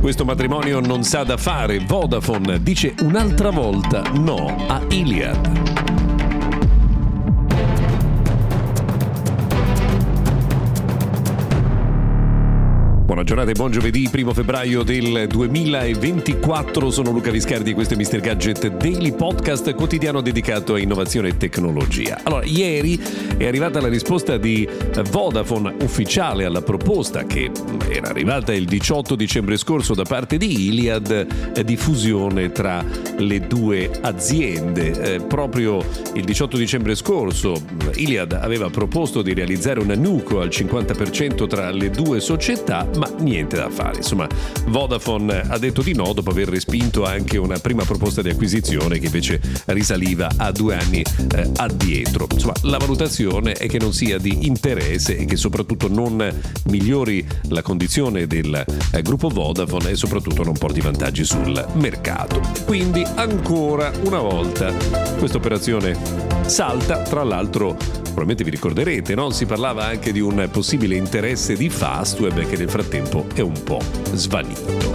Questo matrimonio non sa da fare. Vodafone dice un'altra volta no a Iliad. Buona giornata e buon giovedì, 1 febbraio del 2024. Sono Luca Viscardi e questo è Mr. Gadget Daily Podcast quotidiano dedicato a innovazione e tecnologia. Allora, ieri è arrivata la risposta di Vodafone ufficiale alla proposta che era arrivata il 18 dicembre scorso da parte di Iliad di fusione tra le due aziende. Proprio il 18 dicembre scorso Iliad aveva proposto di realizzare una NUCO al 50% tra le due società, ma niente da fare. Insomma, Vodafone ha detto di no dopo aver respinto anche una prima proposta di acquisizione che invece risaliva a 2 anni addietro. Insomma, la valutazione è che non sia di interesse e che soprattutto non migliori la condizione del gruppo Vodafone e soprattutto non porti vantaggi sul mercato. Quindi ancora una volta questa operazione salta. Tra l'altro, probabilmente vi ricorderete, no? Si parlava anche di un possibile interesse di Fastweb che nel frattempo è un po' svanito.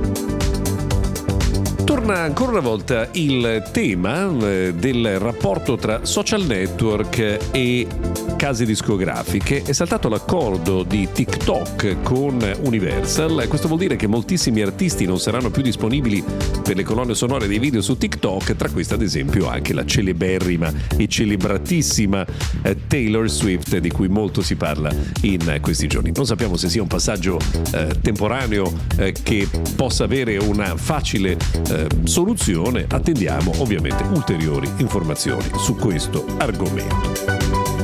Torna ancora una volta il tema del rapporto tra social network e case discografiche. È saltato l'accordo di TikTok con Universal. Questo vuol dire che moltissimi artisti non saranno più disponibili per le colonne sonore dei video su TikTok, tra queste ad esempio anche la celeberrima e celebratissima Taylor Swift, di cui molto si parla in questi giorni. Non sappiamo se sia un passaggio temporaneo che possa avere una facile soluzione. Attendiamo ovviamente ulteriori informazioni su questo argomento.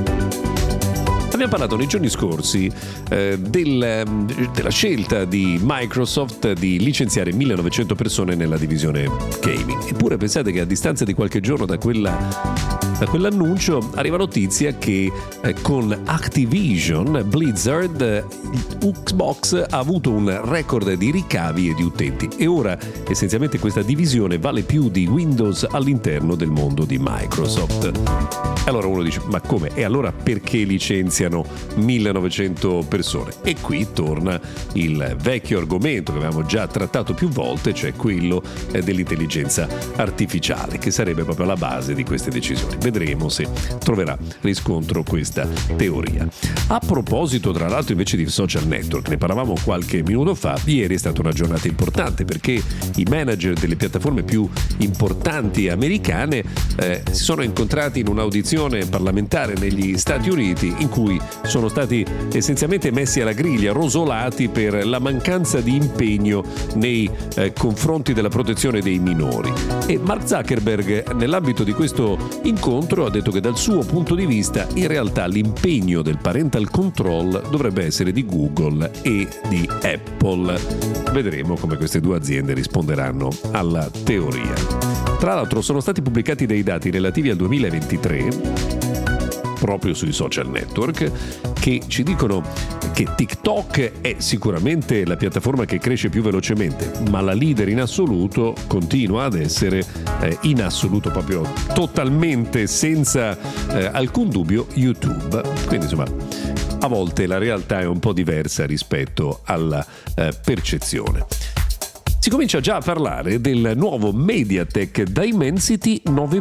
Abbiamo parlato nei giorni scorsi della scelta di Microsoft di licenziare 1900 persone nella divisione gaming. Eppure pensate che a distanza di qualche giorno da quell'annuncio arriva notizia che con Activision Blizzard Xbox ha avuto un record di ricavi e di utenti e ora essenzialmente questa divisione vale più di Windows all'interno del mondo di Microsoft. Allora uno dice, ma come? E allora perché licenziano 1900 persone? E qui torna il vecchio argomento che avevamo già trattato più volte, cioè quello dell'intelligenza artificiale, che sarebbe proprio la base di queste decisioni. Vedremo se troverà riscontro questa teoria. A proposito, tra l'altro, invece di social network, ne parlavamo qualche minuto fa. Ieri è stata una giornata importante perché i manager delle piattaforme più importanti americane si sono incontrati in un'audizione parlamentare negli Stati Uniti in cui sono stati essenzialmente messi alla griglia, rosolati per la mancanza di impegno nei confronti della protezione dei minori. E Mark Zuckerberg, nell'ambito di questo incontro, ha detto che dal suo punto di vista in realtà l'impegno del parental control dovrebbe essere di Google e di Apple. Vedremo come queste due aziende risponderanno alla teoria. Tra l'altro sono stati pubblicati dei dati relativi al 2023 proprio sui social network che ci dicono che TikTok è sicuramente la piattaforma che cresce più velocemente, ma la leader in assoluto continua ad essere in assoluto, proprio totalmente senza alcun dubbio, YouTube. Quindi insomma, a volte la realtà è un po' diversa rispetto alla percezione. Si comincia già a parlare del nuovo MediaTek Dimensity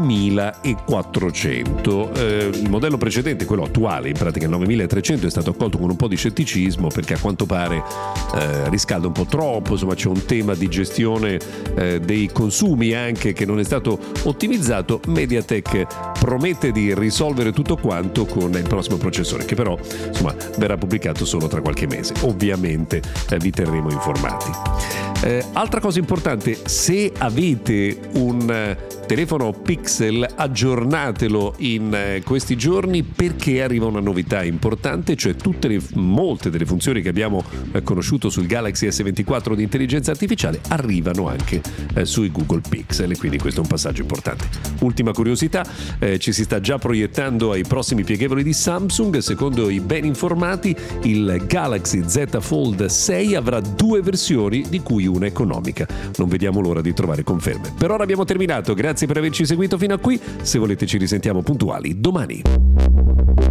9400. Il modello precedente, quello attuale, in pratica il 9300, è stato accolto con un po' di scetticismo perché a quanto pare riscalda un po' troppo, insomma c'è un tema di gestione dei consumi anche che non è stato ottimizzato. MediaTek promette di risolvere tutto quanto con il prossimo processore, che però insomma verrà pubblicato solo tra qualche mese. Ovviamente vi terremo informati. Altra cosa importante, se avete un telefono Pixel aggiornatelo in questi giorni perché arriva una novità importante, cioè molte delle funzioni che abbiamo conosciuto sul Galaxy S24 di intelligenza artificiale arrivano anche sui Google Pixel e quindi questo è un passaggio importante. Ultima curiosità, ci si sta già proiettando ai prossimi pieghevoli di Samsung. Secondo i ben informati il Galaxy Z Fold 6 avrà 2 versioni di cui una economica. Non vediamo l'ora di trovare conferme. Per ora abbiamo terminato, grazie per averci seguito fino a qui. Se volete ci risentiamo puntuali domani.